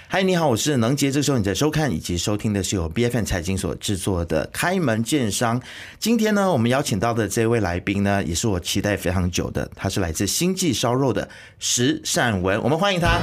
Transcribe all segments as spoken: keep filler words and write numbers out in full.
嗨，你好，我是能杰。这时候你在收看以及收听的是由 B F M 财经所制作的开门见商。今天呢，我们邀请到的这位来宾呢，也是我期待非常久的，他是来自星际烧肉的石善文，我们欢迎他。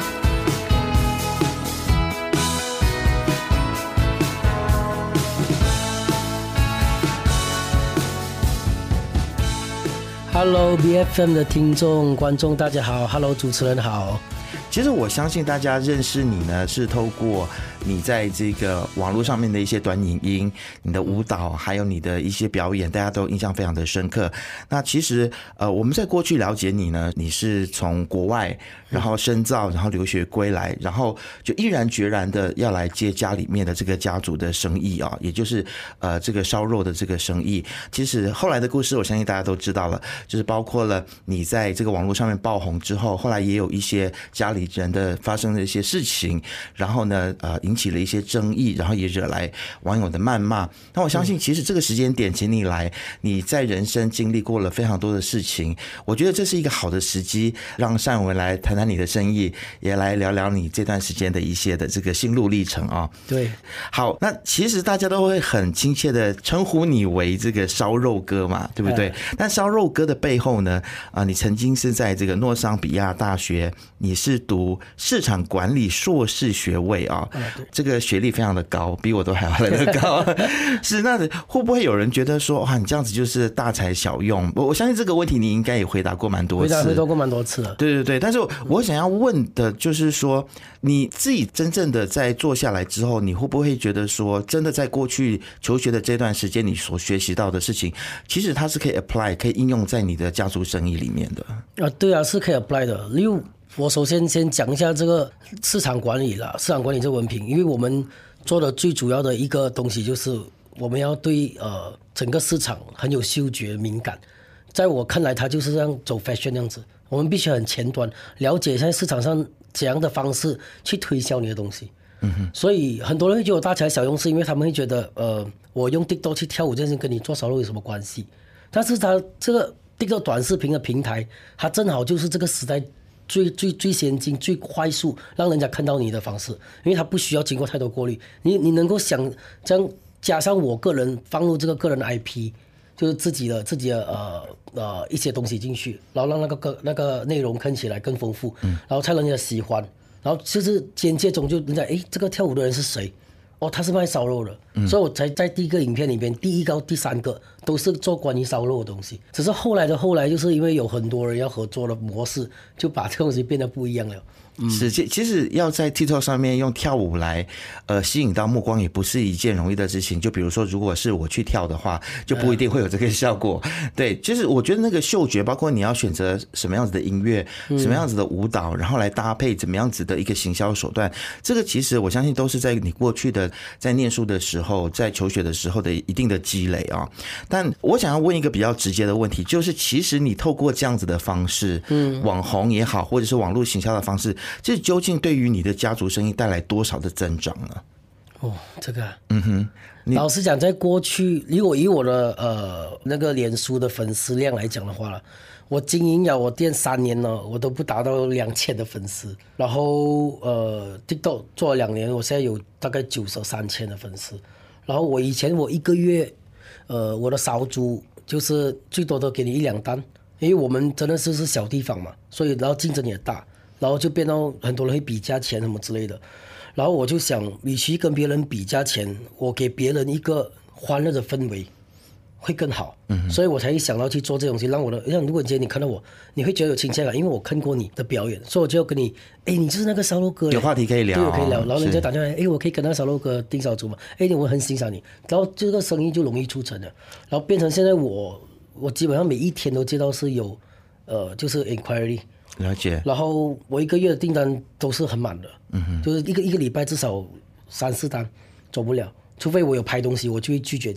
Hello B F M 的听众观众大家好 ，Hello 主持人好。 其实我相信大家认识你呢，是透过你在这个网络上面的一些短影音、你的舞蹈，还有你的一些表演，大家都印象非常的深刻。那其实呃，我们在过去了解你呢，你是从国外然后深造，然后留学归来，然后就毅然决然的要来接家里面的这个家族的生意啊，也就是呃这个烧肉的这个生意。其实后来的故事，我相信大家都知道了，就是包括了你在这个网络上面爆红之后，后来也有一些家里人的发生的一些事情，然后呢，呃，引起了一些争议，然后也惹来网友的谩骂。那我相信，其实这个时间点请你来，你在人生经历过了非常多的事情，我觉得这是一个好的时机，让善文来谈谈你的生意，也来聊聊你这段时间的一些的这个心路历程啊。 对， 好，那其实大家都会很亲切的称呼你为这个烧肉哥嘛，对不对？嗯、但烧肉哥的背后呢，啊、呃，你曾经是在这个诺桑比亚大学，你是读市场管理硕士学位啊，这个学历非常的高，比我都还要来得高。是，那会不会有人觉得说，哇，你这样子就是大材小用？我我相信这个问题你应该也回答过蛮多次， 回答回答过蛮多次了。 对对对，但是我想要问的就是说，你自己真正的在做下来之后，你会不会觉得说，真的在过去求学的这段时间，你所学习到的事情，其实它是可以 apply 可以应用在你的家族生意里面的？ 啊，对啊，是可以 apply 的。例如我首先先讲一下这个市场管理啦，市场管理这个文凭，因为我们做的最主要的一个东西就是我们要对呃整个市场很有嗅觉敏感。在我看来，它就是这样走 fashion 那样子，我们必须很前端了解现在市场上怎样的方式去推销你的东西。嗯哼，所以很多人会觉得我大材小用，是因为他们会觉得呃我用 TikTok 去跳舞这件事跟你做烧肉有什么关系？但是它这个 TikTok 短视频的平台，它正好就是这个时代最最最先进、最快速让人家看到你的方式，因为它不需要经过太多过滤。你你能够想这样加上我个人放入这个个人的 I P， 就是自己的自己的呃呃一些东西进去，然后让那个那个内容看起来更丰富，然后才让人家喜欢。然后就是间接中就人家哎，这个跳舞的人是谁？哦，他是卖烧肉的，嗯、所以我才在第一个影片里面，第一个、第三个都是做关于烧肉的东西。只是后来的后来，就是因为有很多人要合作的模式，就把这个东西变得不一样了。 嗯、是，其实要在 TikTok 上面用跳舞来呃吸引到目光，也不是一件容易的事情。就比如说，如果是我去跳的话，就不一定会有这个效果。嗯、对，就是我觉得那个嗅觉，包括你要选择什么样子的音乐、嗯、什么样子的舞蹈，然后来搭配怎么样子的一个行销手段，这个其实我相信都是在你过去的在念书的时候、在求学的时候的一定的积累啊。但我想要问一个比较直接的问题，就是其实你透过这样子的方式，嗯，网红也好，或者是网络行销的方式，这究竟对于你的家族生意带来多少的增长呢？ 哦，这个、啊，嗯哼，老实讲，在过去，如果以我的呃那个脸书的粉丝量来讲的话，我经营了我店三年了，我都不达到两千的粉丝。然后呃 ，TikTok 做了两年，我现在有大概九十三千的粉丝。然后我以前我一个月，呃，我的烧猪就是最多都给你一两单，因为我们真的是是小地方嘛，所以然后竞争也大。然后就变到很多人会比价钱什么之类的，然后我就想，与其跟别人比价钱，我给别人一个欢乐的氛围会更好。嗯，所以我才想到去做这东西，让我的像如果今天你看到我，你会觉得有亲切感，因为我看过你的表演，所以我就要跟你，哎，你就是那个烧肉哥， 有话题可以聊， 对，我可以聊。然后人家打电话，哎，我可以跟那个烧肉哥订烧猪嘛？哎，我很欣赏你，然后这个生意就容易促成了，然后变成现在我我基本上每一天都接到是有呃就是 inquiry。 了解， 然后我一个月的订单都是很满的，嗯哼，就是一个一个礼拜至少三四单，走不了，除非我有拍东西，我就会拒绝掉它。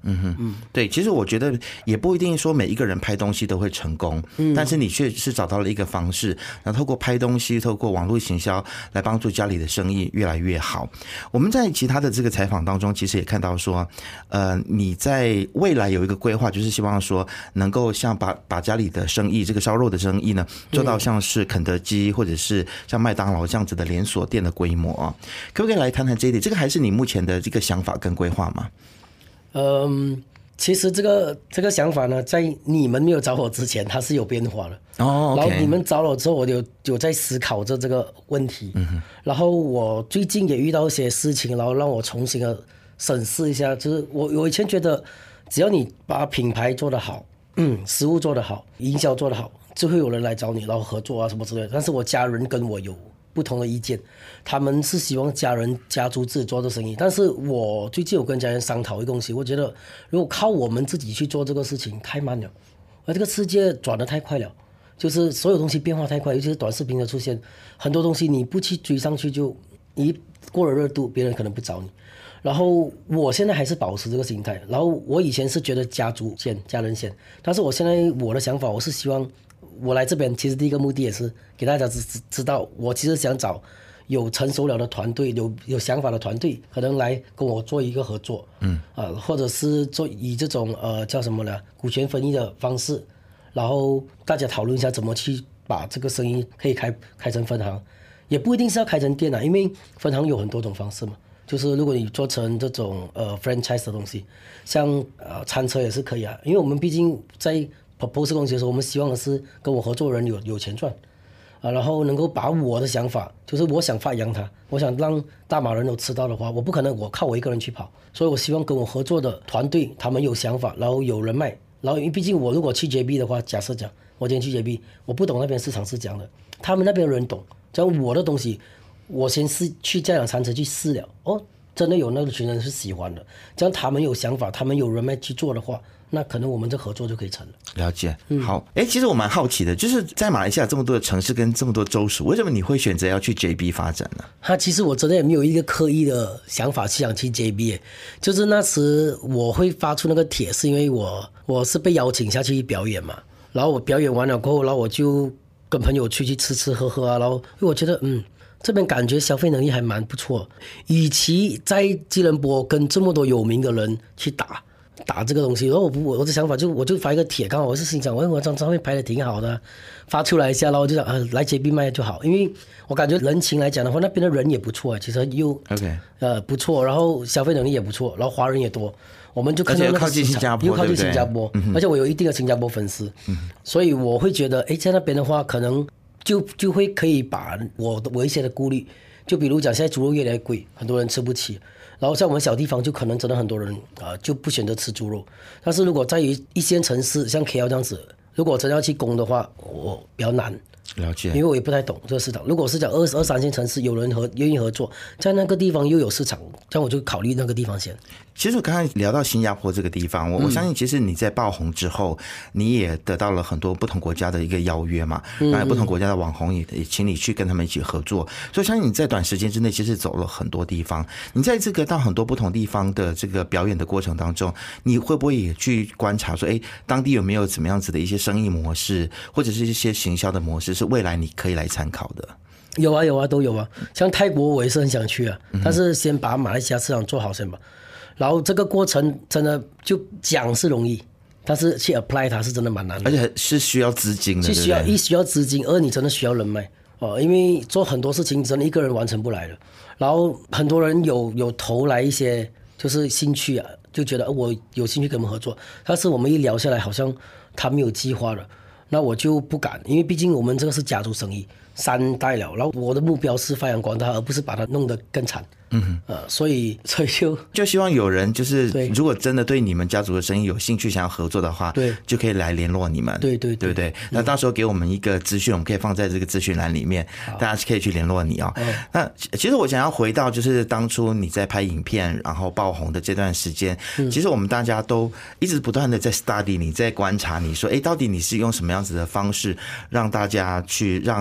嗯哼，嗯，对，其实我觉得也不一定说每一个人拍东西都会成功，嗯，但是你确实找到了一个方式，然后透过拍东西，透过网络行销来帮助家里的生意越来越好。我们在其他的这个采访当中，其实也看到说，呃，你在未来有一个规划，就是希望说能够像把把家里的生意，这个烧肉的生意呢，做到像是肯德基或者是像麦当劳这样子的连锁店的规模啊，可不可以来谈谈这一点？这个还是你目前的这个想法跟规划吗？ 嗯，其实这个这个想法呢，在你们没有找我之前，它是有变化的。 哦、 okay 然后你们找我之后，我有有在思考着这个问题。嗯、然后我最近也遇到一些事情，然后让我重新的审视一下。就是我我以前觉得，只要你把品牌做得好，嗯，食物做得好，营销做得好，就会有人来找你，然后合作啊什么之类的。但是我家人跟我有不同的意见，他们是希望家人家族自己做这生意，但是我最近有跟家人商讨一个东西，我觉得如果靠我们自己去做这个事情太慢了，而这个世界转得太快了，就是所有东西变化太快，尤其是短视频的出现，很多东西你不去追上去，就一过了热度，别人可能不找你。然后我现在还是保持这个心态，然后我以前是觉得家族先，家人先，但是我现在我的想法，我是希望我来这边，其实第一个目的也是给大家知知道，我其实想找有成熟了的团队，有有想法的团队，可能来跟我做一个合作，嗯，啊、呃，或者是做以这种呃叫什么呢，股权分益的方式，然后大家讨论一下怎么去把这个生意可以开开成分行，也不一定是要开成店啊，因为分行有很多种方式嘛。就是如果你做成这种呃 franchise 的东西，像呃餐车也是可以啊，因为我们毕竟在 propose 东西的时候，我们希望的是跟我合作人有有钱赚啊，然后能够把我的想法，就是我想发扬它，我想让大马人都吃到的话，我不可能我靠我一个人去跑，所以我希望跟我合作的团队他们有想法，然后有人脉，然后因为毕竟我如果去 J B 的话，假设讲我今天去 J B， 我不懂那边市场是这样的，他们那边人懂，这样我的东西。我先试去家养餐车去试了，哦，真的有那群人是喜欢的，这样他们有想法，他们有人脉去做的话，那可能我们这合作就可以成了。 了解，好，哎、嗯，其实我蛮好奇的，就是在马来西亚这么多的城市跟这么多州属，为什么你会选择要去 J B 发展呢？ 他其实我真的也没有一个刻意的想法去想去 J B， 就是那时我会发出那个帖，是因为我我是被邀请下去表演嘛，然后我表演完了过后，然后我就跟朋友去去吃吃喝喝啊，然后因为我觉得嗯。这边感觉消费能力还蛮不错，与其在吉隆坡跟这么多有名的人去打打这个东西，然后我我的想法就我就发一个帖，刚好我是心想，我我张照片拍的挺好的，发出来一下，然后我就想啊来 J B 卖就好，因为我感觉人情来讲的话，那边的人也不错，其实又 OK 呃不错，然后消费能力也不错，然后华人也多，我们就看到那个靠近新加坡， 又靠近新加坡， 对对， 而且我有一定的新加坡粉丝，嗯、所以我会觉得，哎，在那边的话可能。就就会可以把我我一些的顾虑，就比如讲现在猪肉越来越贵，很多人吃不起，然后在我们小地方就可能真的很多人啊、呃、就不选择吃猪肉，但是如果在于一线城市像 K L 这样子，如果真的要去攻的话，我比较难。 了解， 因为我也不太懂这个市场。如果是讲二二三线城市有人合愿意合作，在那个地方又有市场，这样我就考虑那个地方先。 其实我刚才聊到新加坡这个地方，我我相信其实你在爆红之后，你也得到了很多不同国家的一个邀约嘛，当然不同国家的网红也也请你去跟他们一起合作，所以相信你在短时间之内其实走了很多地方。你在这个到很多不同地方的这个表演的过程当中，你会不会也去观察说，哎，当地有没有怎么样子的一些生意模式，或者是一些行销的模式，是未来你可以来参考的？ 有啊有啊都有啊，像泰国我也是很想去啊，但是先把马来西亚市场做好先吧。然后这个过程真的就讲是容易，但是去 apply 它是真的蛮难的， 而且是需要资金的， 是需要一需要资金，二你真的需要人脉哦，因为做很多事情真的一个人完成不来的。然后很多人有有投来一些就是兴趣啊，就觉得我有兴趣跟我们合作，但是我们一聊下来好像他没有计划了，那我就不敢，因为毕竟我们这个是家族生意，三代了，然后我的目标是发扬光大，而不是把它弄得更惨。嗯，呃，所以所以就就希望有人就是，如果真的对你们家族的生意有兴趣，想要合作的话， 对， 就可以来联络你们， 对对对不对？那到时候给我们一个资讯，我们可以放在这个资讯栏里面，大家可以去联络你哦。那其实我想要回到就是当初你在拍影片然后爆红的这段时间，嗯、其实我们大家都一直不断的在 study 你，在观察你说，哎，到底你是用什么样子的方式让大家去让观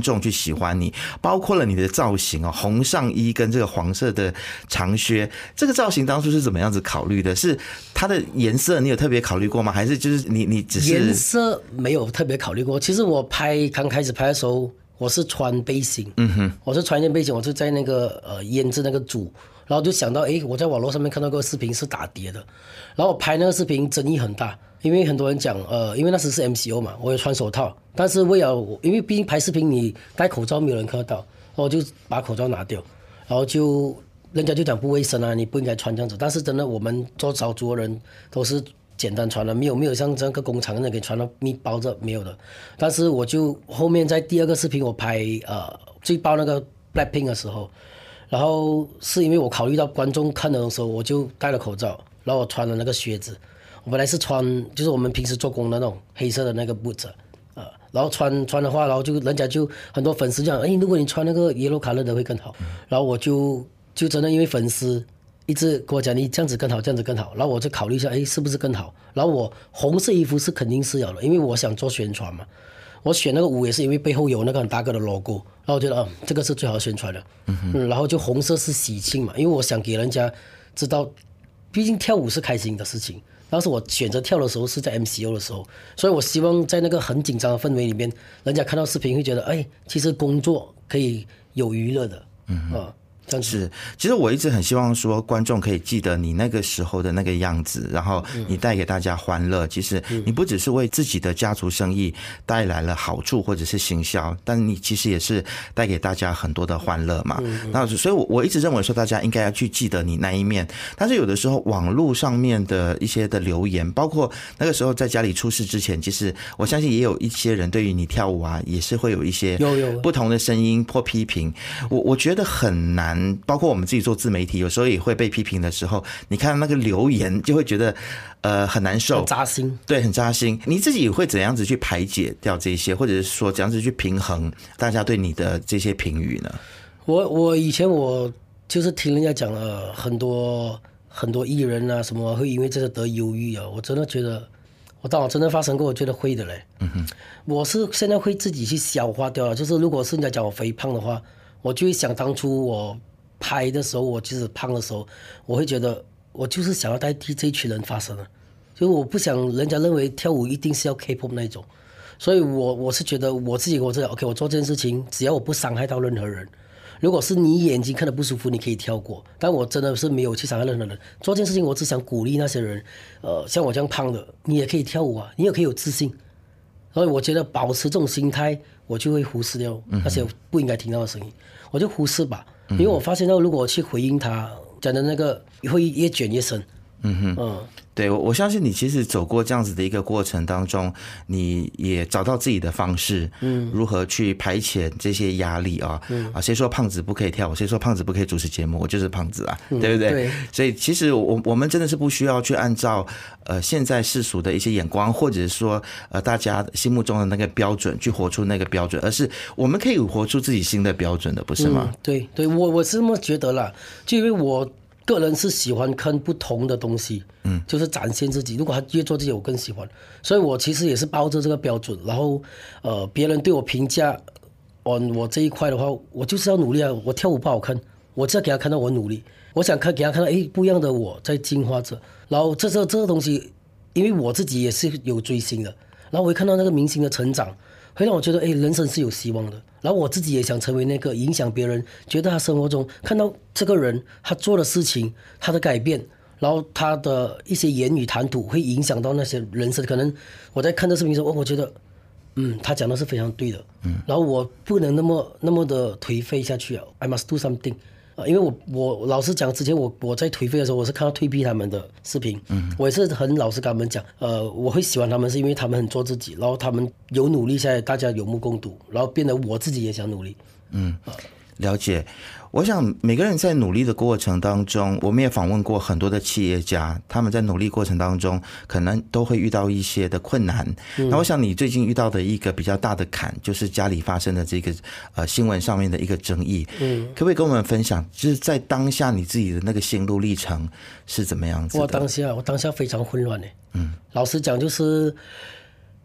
众去喜欢你，包括了你的造型哦，红上衣跟这个黄色的长靴，这个造型当初是怎么样子考虑的？是它的颜色你有特别考虑过吗？还是就是你你只是颜色没有特别考虑过？其实我拍刚开始拍的时候，我是穿背心，嗯哼，我是穿一件背心，我就在那个呃腌制那个猪。然后就想到，诶，我在网络上面看到个视频是打碟的，然后我拍那个视频争议很大，因为很多人讲，呃，因为那时是 M C O 嘛，我有穿手套，但是为了，因为毕竟拍视频你戴口罩没有人看得到，然后我就把口罩拿掉，然后就人家就讲不卫生啊，你不应该穿这样子，但是真的我们做少族的人都是简单穿的，没有没有像这个工厂那个可以穿到密包着没有的，但是我就后面在第二个视频我拍呃最爆那个 Blackpink 的时候。然后是因为我考虑到观众看的时候，我就戴了口罩，然后我穿了那个靴子。我本来是穿就是我们平时做工的那种黑色的那个 boots， 呃，然后穿穿的话，然后就人家就很多粉丝讲，哎，如果你穿那个 yellow color 的会更好。然后我就就真的因为粉丝一直跟我讲你这样子更好，这样子更好，然后我就考虑一下，哎，是不是更好？然后我红色衣服是肯定是有的，因为我想做宣传嘛。我选那个五也是因为背后有那个很大个的 logo， 然后我觉得啊、嗯，这个是最好宣传的。嗯嗯，然后就红色是喜庆嘛，因为我想给人家知道，毕竟跳舞是开心的事情。当时我选择跳的时候是在 M C O 的时候，所以我希望在那个很紧张的氛围里面，人家看到视频会觉得，哎，其实工作可以有娱乐的。嗯啊。 是，其实我一直很希望说，观众可以记得你那个时候的那个样子，然后你带给大家欢乐。其实你不只是为自己的家族生意带来了好处或者是行销，但你其实也是带给大家很多的欢乐嘛。那所以我，我一直认为说，大家应该要去记得你那一面。但是有的时候，网络上面的一些的留言，包括那个时候在家里出事之前，其实我相信也有一些人对于你跳舞啊，也是会有一些不同的声音或批评。我我觉得很难。包括我们自己做自媒体，有时候也会被批评的时候，你看那个留言就会觉得呃很难受， 很扎心， 对，很扎心。你自己会怎样子去排解掉这些，或者是说怎样子去平衡大家对你的这些评语呢？ 我我以前我就是听人家讲了很多很多艺人啊什么会因为这个得忧郁啊，我真的觉得，我当我真的发生过，我觉得会的嘞。嗯哼，我是现在会自己去消化掉了，就是如果是人家讲我肥胖的话，我就会想当初我拍的时候，我就是胖的时候，我会觉得我就是想要代替这一群人发声的，就我不想人家认为跳舞一定是要 K-pop 那种，所以我我是觉得我自己我这 OK， 我做这件事情，只要我不伤害到任何人，如果是你眼睛看得不舒服，你可以跳过，但我真的是没有去伤害任何人。做这件事情，我只想鼓励那些人，呃，像我这样胖的，你也可以跳舞啊，你也可以有自信。所以我觉得保持这种心态，我就会忽视掉那些不应该听到的声音，我就忽视吧。因为我发现到，如果我去回应他讲的那个，会越卷越深。嗯哼，嗯， 对，我我相信你其实走过这样子的一个过程当中，你也找到自己的方式，嗯，如何去排遣这些压力啊，嗯啊，谁说胖子不可以跳舞，谁说胖子不可以主持节目，我就是胖子啊，嗯、对不对？对。所以其实我我们真的是不需要去按照呃现在世俗的一些眼光，或者是说呃大家心目中的那个标准去活出那个标准，而是我们可以活出自己新的标准的，不是吗？ 嗯、对对，我我是这么觉得啦，就因为我。个人是喜欢看不同的东西，嗯，就是展现自己。如果他越做这些，我更喜欢。所以我其实也是抱着这个标准。然后，呃，别人对我评价，on我这一块的话，我就是要努力啊。我跳舞不好看，我就要给他看到我努力。我想看给他看到，哎，不一样的我在进化着。然后这这这个东西，因为我自己也是有追星的，然后我会看到那个明星的成长，会让我觉得，哎，人生是有希望的。然后我自己也想成为那个影响别人，觉得他生活中看到这个人他做的事情，他的改变，然后他的一些言语谈吐会影响到那些人生。可能我在看这视频的时候，我觉得，嗯，他讲的是非常对的，嗯，然后我不能那么那么的颓废下去啊 ，I must do something。因为我我老实讲，之前我我在颓废的时候，我是看到退避他们的视频，嗯，我也是很老实跟他们讲，呃，我会喜欢他们是因为他们很做自己，然后他们有努力下来，大家有目共睹，然后变得我自己也想努力， 嗯，了解。我想每个人在努力的过程当中，我们也访问过很多的企业家，他们在努力过程当中可能都会遇到一些的困难。嗯、那我想你最近遇到的一个比较大的坎，就是家里发生的这个呃新闻上面的一个争议。嗯，可不可以跟我们分享，就是在当下你自己的那个心路历程是怎么样子的？ 我当下我当下非常混乱的。嗯，老实讲就是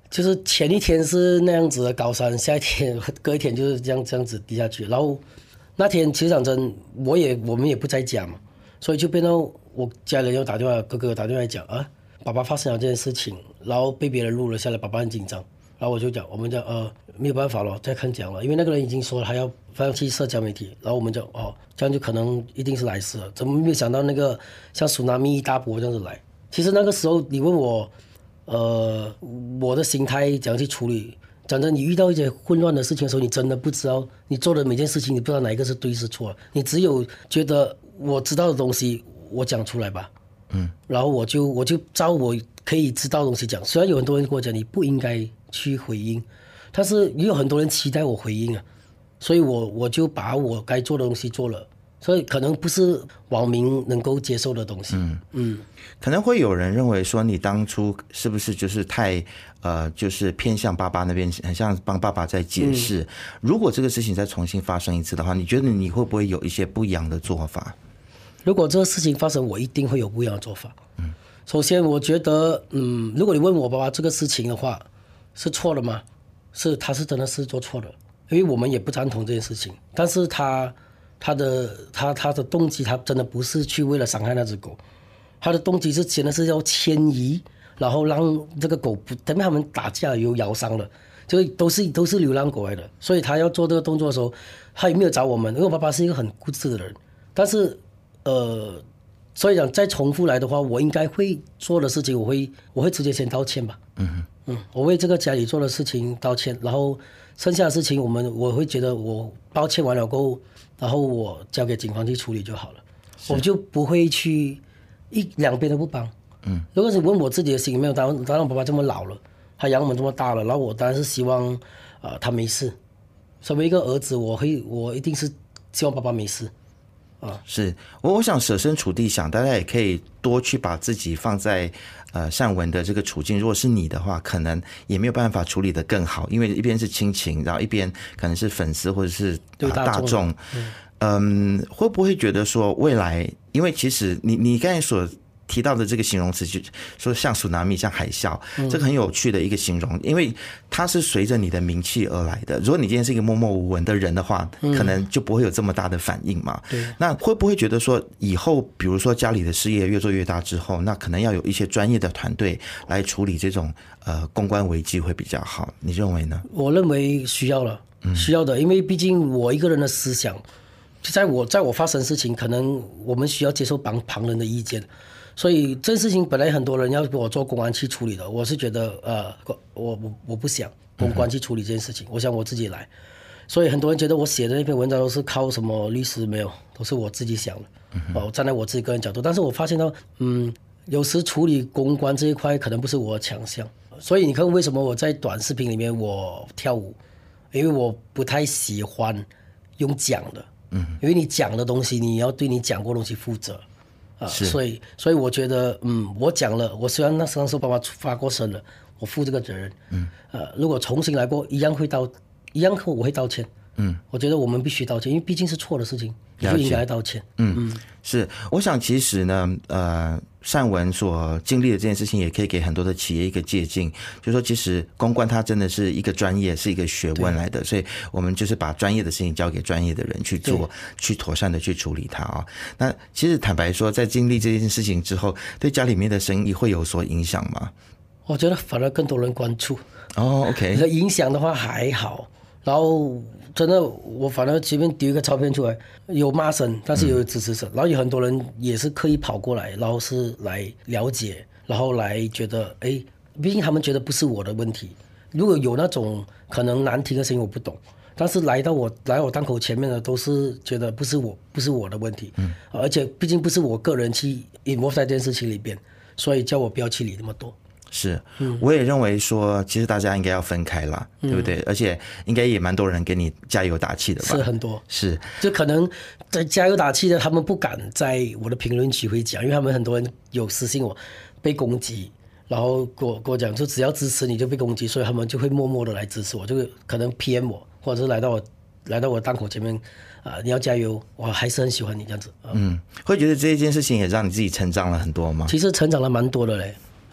就是前一天是那样子的高山，下一天隔一天就是这样这样子低下去。然后那天其实讲真，我也我们也不在家嘛，所以就变到我家人又打电话，哥哥打电话来讲啊，爸爸发生了这件事情，然后被别人录了下来，爸爸很紧张。然后我就讲，我们讲呃没有办法了，再看讲了，因为那个人已经说了他要放弃社交媒体，然后我们就哦这样就可能一定是来世了，怎么没有想到那个像苏纳米一大波这样子来？其实那个时候你问我，呃我的心态怎样去处理？讲真，你遇到一些混乱的事情的时候，你真的不知道你做的每件事情，你不知道哪一个是对是错，你只有觉得我知道的东西我讲出来吧，嗯，然后我就我就照我可以知道的东西讲，虽然有很多人跟我讲你不应该去回应，但是也有很多人期待我回应啊，所以我我就把我该做的东西做了，所以可能不是网民能够接受的东西。嗯嗯， 可能会有人认为说你当初是不是就是太呃，就是偏向爸爸那边，很像帮爸爸在解释。嗯、如果这个事情再重新发生一次的话，你觉得你会不会有一些不一样的做法？ 如果这个事情发生，我一定会有不一样的做法。嗯，首先我觉得，嗯，如果你问我爸爸这个事情的话，是错的吗？是，他是真的是做错了，因为我们也不赞同这件事情。但是他他的他他的动机，他真的不是去为了伤害那只狗，他的动机是真的是要迁移，然后让这个狗不，等他们打架有咬伤了，就都是都是流浪狗来的，所以他要做这个动作的时候，他也没有找我们，因为我爸爸是一个很固执的人，但是呃。所以讲再重复来的话，我应该会做的事情，我会我会直接先道歉吧。嗯嗯，我为这个家里做的事情道歉，然后剩下的事情我们我会觉得我道歉完了过后，然后我交给警方去处理就好了，我就不会去一两边都不帮。嗯，如果是问我自己的心里面，当当然我爸爸这么老了，他养我们这么大了，然后我当然是希望呃他没事。身为一个儿子，我会我一定是希望爸爸没事。 啊，是我我想设身处地想，大家也可以多去把自己放在呃善文的这个处境。如果是你的话，可能也没有办法处理得更好，因为一边是亲情，然后一边可能是粉丝或者是、呃、大众。嗯, 嗯，会不会觉得说未来，因为其实你你刚才所提到的这个形容词，就说像苏拿米、像海啸，这个很有趣的一个形容，因为它是随着你的名气而来的。如果你今天是一个默默无闻的人的话，可能就不会有这么大的反应嘛。 对。 那会不会觉得说，以后比如说家里的事业越做越大之后，那可能要有一些专业的团队来处理这种呃公关危机会比较好？你认为呢？ 我认为需要了，需要的，因为毕竟我一个人的思想，在我在我发生事情，可能我们需要接受旁旁人的意见。所以这件事情本来很多人要给我做公安去处理的，我是觉得呃，我我我不想公关去处理这件事情，我想我自己来。所以很多人觉得我写的那篇文章都是靠什么律师，没有，都是我自己想的。哦，站在我自己个人角度，但是我发现到，嗯，有时处理公关这一块可能不是我的强项。所以你看为什么我在短视频里面我跳舞，因为我不太喜欢用讲的，嗯，因为你讲的东西你要对你讲过的东西负责。啊，所以，所以我觉得，嗯，我讲了，我虽然那时候爸爸发过声了，我负这个责任，嗯，呃，如果重新来过，一样会道，一样我会道歉，嗯，我觉得我们必须道歉，因为毕竟是错的事情，你就应该道歉， 嗯嗯，是，我想其实呢，呃，善文所经历的这件事情，也可以给很多的企业一个借鉴，就是说，其实公关它真的是一个专业，是一个学问来的，所以我们就是把专业的事情交给专业的人去做，去妥善的去处理它啊、哦。那其实坦白说，在经历这件事情之后，对家里面的生意会有所影响吗？ 我觉得反而更多人关注。 哦 ，OK， 影响的话还好，然后真的我反而随便丢一个照片出来，有骂声，但是也有支持声、嗯，然后有很多人也是刻意跑过来，然后是来了解，然后来觉得，哎，毕竟他们觉得不是我的问题。如果有那种可能难听的声音，我不懂。但是来到我来我档口前面的都是觉得不是我不是我的问题，嗯，而且毕竟不是我个人去 involve 在这件事情里边，所以叫我不要去理那么多。 是，我也认为说，其实大家应该要分开啦，嗯、对不对？而且应该也蛮多人给你加油打气的吧？ 是很多， 是， 就可能在加油打气的，他们不敢在我的评论区会讲，因为他们很多人有私信我被攻击，然后跟我跟我讲，就只要支持你就被攻击，所以他们就会默默的来支持我，就可能 P M 我，或者是来到我来到我档口前面啊、呃，你要加油，我还是很喜欢你这样子。嗯， 会觉得这一件事情也让你自己成长了很多吗？ 其实成长了蛮多的嘞。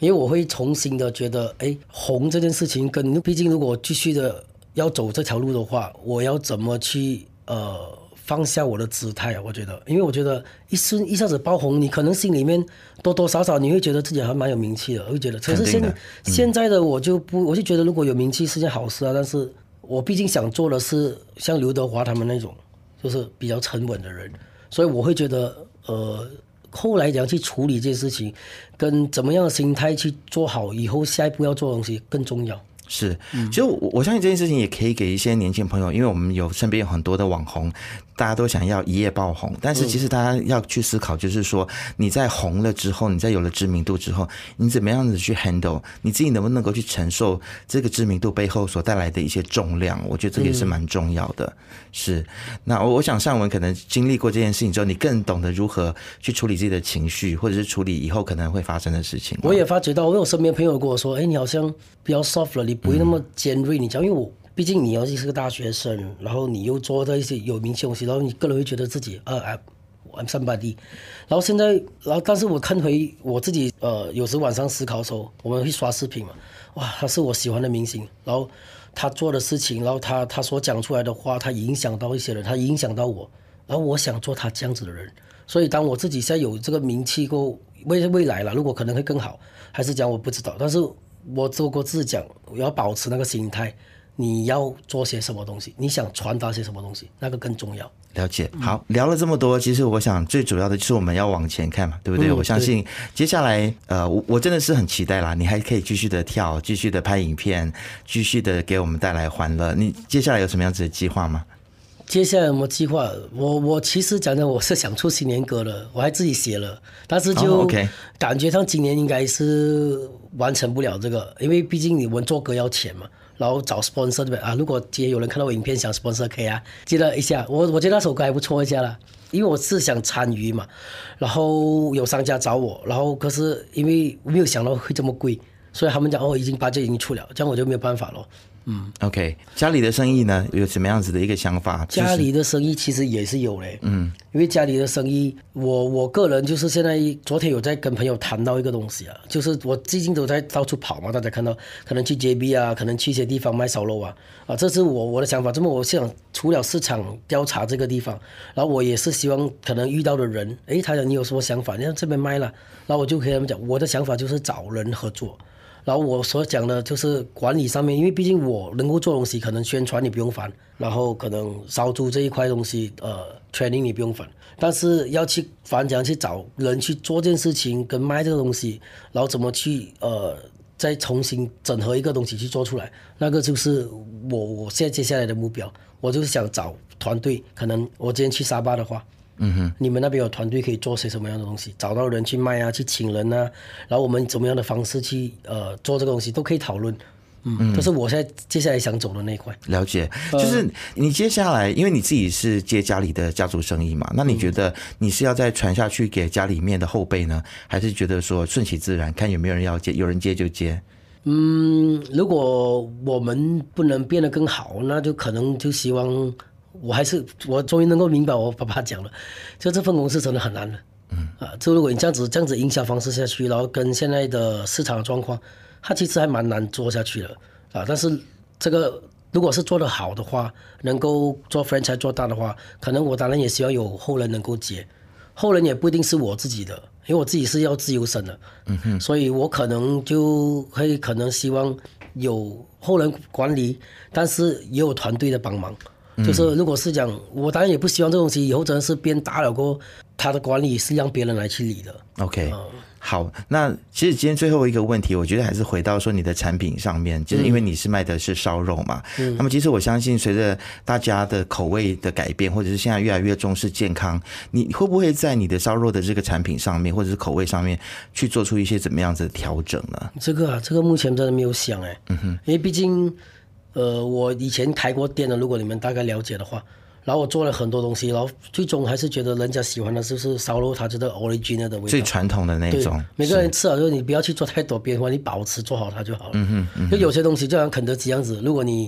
因为我会重新的觉得，哎，红这件事情跟毕竟如果继续的要走这条路的话，我要怎么去呃放下我的姿态啊？我觉得，因为我觉得一瞬一下子爆红，你可能心里面多多少少你会觉得自己还蛮有名气的，会觉得。可是现、嗯、现在的我就不，我就觉得如果有名气是件好事啊，但是我毕竟想做的是像刘德华他们那种，就是比较沉稳的人，所以我会觉得呃。后来怎样去处理这件事情，跟怎么样的心态去做好以后下一步要做的东西更重要。 是，其实我我相信这件事情也可以给一些年轻朋友，因为我们有身边有很多的网红，大家都想要一夜爆红，但是其实大家要去思考，就是说你在红了之后，你在有了知名度之后，你怎么样子去 handle， 你自己能不能够去承受这个知名度背后所带来的一些重量？我觉得这个也是蛮重要的。嗯、是，那我我想尚文可能经历过这件事情之后，你更懂得如何去处理自己的情绪，或者是处理以后可能会发生的事情。 我也发觉到，我有身边朋友跟我说：“哎，你好像比较 soft 了，你不会那么尖锐。嗯”你讲，因为我。毕竟你要是个大学生，然后你又做到一些有名气的东西，然后你个人会觉得自己呃 I'm somebody， 然后现在，然后但是我看回我自己，呃，有时晚上思考的时候，我们会刷视频嘛，哇，他是我喜欢的明星，然后他做的事情，然后他他所讲出来的话，他影响到一些人，他影响到我，然后我想做他这样子的人，所以当我自己现在有这个名气过未未来了，如果可能会更好，还是讲我不知道，但是我做过自己讲，我要保持那个心态。你要做些什么东西？你想传达些什么东西？那个更重要。 了解。好，聊了这么多，其实我想最主要的就是我们要往前看嘛，对不对？嗯、我相信接下来，呃，我我真的是很期待啦，你还可以继续的跳，继续的拍影片，继续的给我们带来欢乐。你接下来有什么样子的计划吗？ 接下来有什么计划？我我其实讲的我是想出新年歌的，我还自己写了，但是就感觉上今年应该是完成不了这个，因为毕竟你们做歌要钱嘛。然后找 sponsor 对不对啊？如果今天有人看到我影片想 sponsor 可以啊，记得一下。我我觉得那首歌还不错一下啦，因为我是想参与嘛。然后有商家找我，然后可是因为没有想到会这么贵，所以他们讲哦，已经把这已经出了，这样我就没有办法了。嗯 ，OK， 家里的生意呢有什么样子的一个想法？ 就是、家里的生意其实也是有嘞，嗯，因为家里的生意，我我个人就是现在昨天有在跟朋友谈到一个东西啊，就是我最近都在到处跑嘛，大家看到可能去 J B 啊，可能去一些地方卖烧肉啊，啊，这是我我的想法。这么我想除了市场调查这个地方，然后我也是希望可能遇到的人，诶，他讲你有什么想法，你看这边卖了，然后我就可以跟他们讲，我的想法就是找人合作。然后我所讲的就是管理上面，因为毕竟我能够做东西，可能宣传你不用烦，然后可能烧猪这一块东西，呃 ，training 你不用烦，但是要去反讲去找人去做这件事情，跟卖这个东西，然后怎么去呃再重新整合一个东西去做出来，那个就是我我现在接下来的目标，我就是想找团队，可能我今天去沙巴的话。嗯哼，你们那边有团队可以做些什么样的东西？找到人去卖啊，去请人啊，然后我们怎么样的方式去呃做这个东西都可以讨论。嗯，这是我现在接下来想走的那一块。 了解，就是你接下来，因为你自己是接家里的家族生意嘛，那你觉得你是要再传下去给家里面的后辈呢，还是觉得说顺其自然，看有没有人要接，有人接就接？ 嗯，如果我们不能变得更好，那就可能就希望。我还是我终于能够明白我爸爸讲了，就这份公司真的很难的，嗯啊，就如果你这样子这样子营销方式下去，然后跟现在的市场的状况，它其实还蛮难做下去的啊。但是这个如果是做得好的话，能够做 franchise 做大的话，可能我当然也希望有后人能够接，后人也不一定是我自己的，因为我自己是要自由身的，嗯哼，所以我可能就会可能希望有后人管理，但是也有团队的帮忙。就是如果是讲，我当然也不希望这东西以后真的是变大了过后，他的管理是让别人来去理的。 OK，、嗯、好，那其实今天最后一个问题，我觉得还是回到说你的产品上面，就是因为你是卖的是烧肉嘛，嗯、那么其实我相信随着大家的口味的改变，或者是现在越来越重视健康，你会不会在你的烧肉的这个产品上面，或者是口味上面去做出一些怎么样子的调整呢？ 这个啊，这个目前真的没有想哎，嗯哼，因为毕竟。呃，我以前开过店的，如果你们大概了解的话，然后我做了很多东西，然后最终还是觉得人家喜欢的就是烧肉，它这个 original 的味道， 最传统的那种。 每个人吃了，就是你不要去做太多变化，你保持做好它就好了。嗯哼，嗯哼，就有些东西就像肯德基这样子，如果你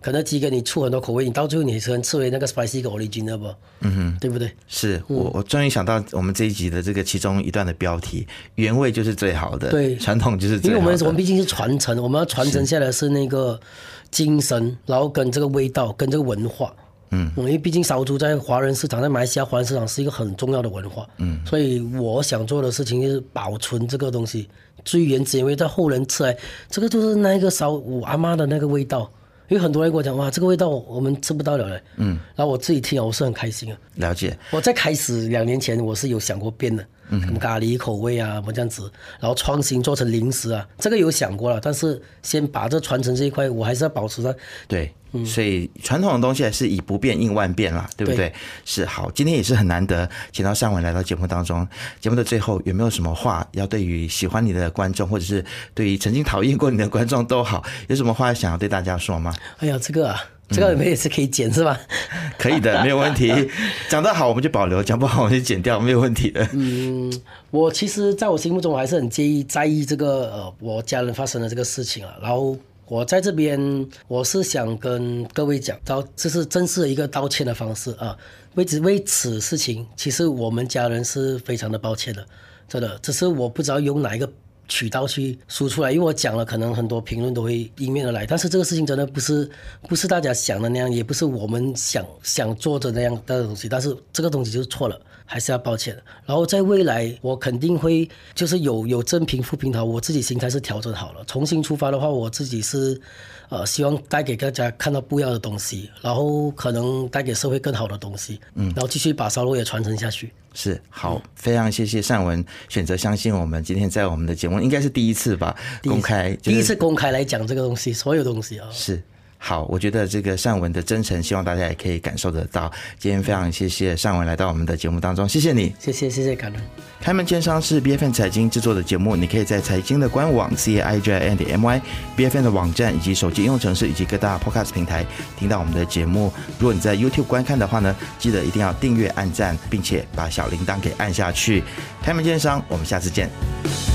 肯德基给你出很多口味，你到最后你可能吃回那个 spicy 跟 original 吧，嗯哼，对不对？ 是我我终于想到我们这一集的这个其中一段的标题，原味就是最好的， 对， 传统就是最好的。 因为我们我们毕竟是传承，我们要传承下来是那个精神，然后跟这个味道跟这个文化。嗯，因为毕竟烧猪在华人市场，在马来西亚华人市场是一个很重要的文化，嗯，所以我想做的事情就是保存这个东西最原汁原味，在后人吃来，这个就是那个烧我阿妈的那个味道。因为很多人跟我讲，哇，这个味道我们吃不到了嘞，嗯，然后我自己听了我是很开心啊。 了解。 我在开始两年前我是有想过变的，嗯，什么咖喱口味啊，什么这样子，然后创新做成零食啊，这个有想过了，但是先把这传承这一块，我还是要保持在。 对。所以传统的东西还是以不变应万变啦，对不对？对，是。好，今天也是很难得请到尚文来到节目当中。节目的最后有没有什么话要对于喜欢你的观众，或者是对于曾经讨厌过你的观众都好，有什么话想要对大家说吗？ 哎呀，这个啊，这个也是可以剪是吧？ 可以的，没有问题。讲得好我们就保留，讲不好我们就剪掉，没有问题的。 嗯，我其实在我心目中我还是很介意在意这个呃我家人发生的这个事情啊，然后。我在这边，我是想跟各位讲到，这是正式的一个道歉的方式啊。为此为此事情，其实我们家人是非常的抱歉的，真的。只是我不知道用哪一个渠道去输出来，因为我讲了，可能很多评论都会迎面而来。但是这个事情真的不是不是大家想的那样，也不是我们想想做的那样的东西。但是这个东西就是错了。还是要抱歉的，然后在未来我肯定会就是有有正评负评讨，我自己心态是调整好了，重新出发的话，我自己是呃希望带给大家看到不一样的东西，然后可能带给社会更好的东西，嗯，然后继续把烧肉也传承下去。是好，非常谢谢尚文选择相信我们，今天在我们的节目应该是第一次吧，公开、就是、第一次公开来讲这个东西，所有东西啊，是。好，我觉得这个尚文的真诚，希望大家也可以感受得到。今天非常谢谢尚文来到我们的节目当中，谢谢你，谢谢谢谢感恩。开门见山是 B F N 财经制作的节目，你可以在财经的官网 c a i j i n 点 m y B F N 的网站以及手机应用程式以及各大 Podcast 平台听到我们的节目。如果你在 YouTube 观看的话呢，记得一定要订阅、按赞，并且把小铃铛给按下去。开门见山，我们下次见。